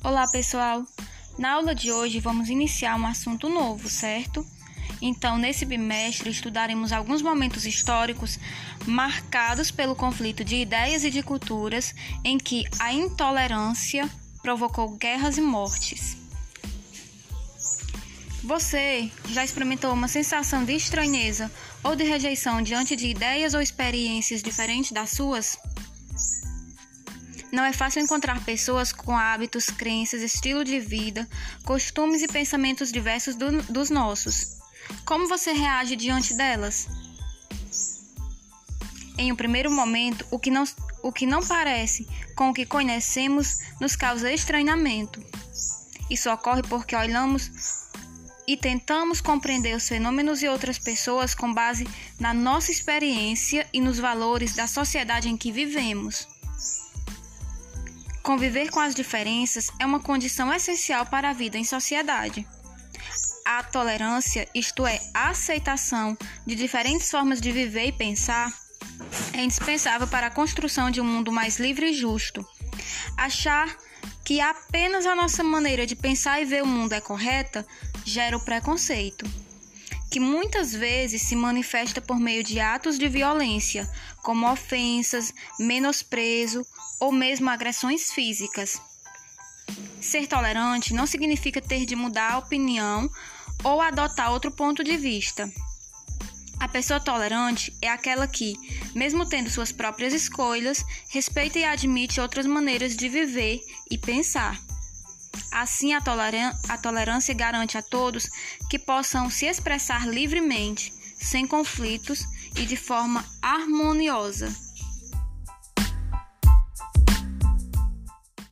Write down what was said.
Olá, pessoal! Na aula de hoje vamos iniciar um assunto novo, certo? Então, nesse bimestre, estudaremos alguns momentos históricos marcados pelo conflito de ideias e de culturas em que a intolerância provocou guerras e mortes. Você já experimentou uma sensação de estranheza ou de rejeição diante de ideias ou experiências diferentes das suas? Não é fácil encontrar pessoas com hábitos, crenças, estilo de vida, costumes e pensamentos diversos dos nossos. Como você reage diante delas? Em um primeiro momento, o que não parece com o que conhecemos nos causa estranhamento. Isso ocorre porque olhamos e tentamos compreender os fenômenos e outras pessoas com base na nossa experiência e nos valores da sociedade em que vivemos. Conviver com as diferenças é uma condição essencial para a vida em sociedade. A tolerância, isto é, a aceitação de diferentes formas de viver e pensar, é indispensável para a construção de um mundo mais livre e justo. Achar que apenas a nossa maneira de pensar e ver o mundo é correta gera o preconceito, que muitas vezes se manifesta por meio de atos de violência, como ofensas, menosprezo ou mesmo agressões físicas. Ser tolerante não significa ter de mudar a opinião ou adotar outro ponto de vista. A pessoa tolerante é aquela que, mesmo tendo suas próprias escolhas, respeita e admite outras maneiras de viver e pensar. Assim, a tolerância garante a todos que possam se expressar livremente, sem conflitos e de forma harmoniosa.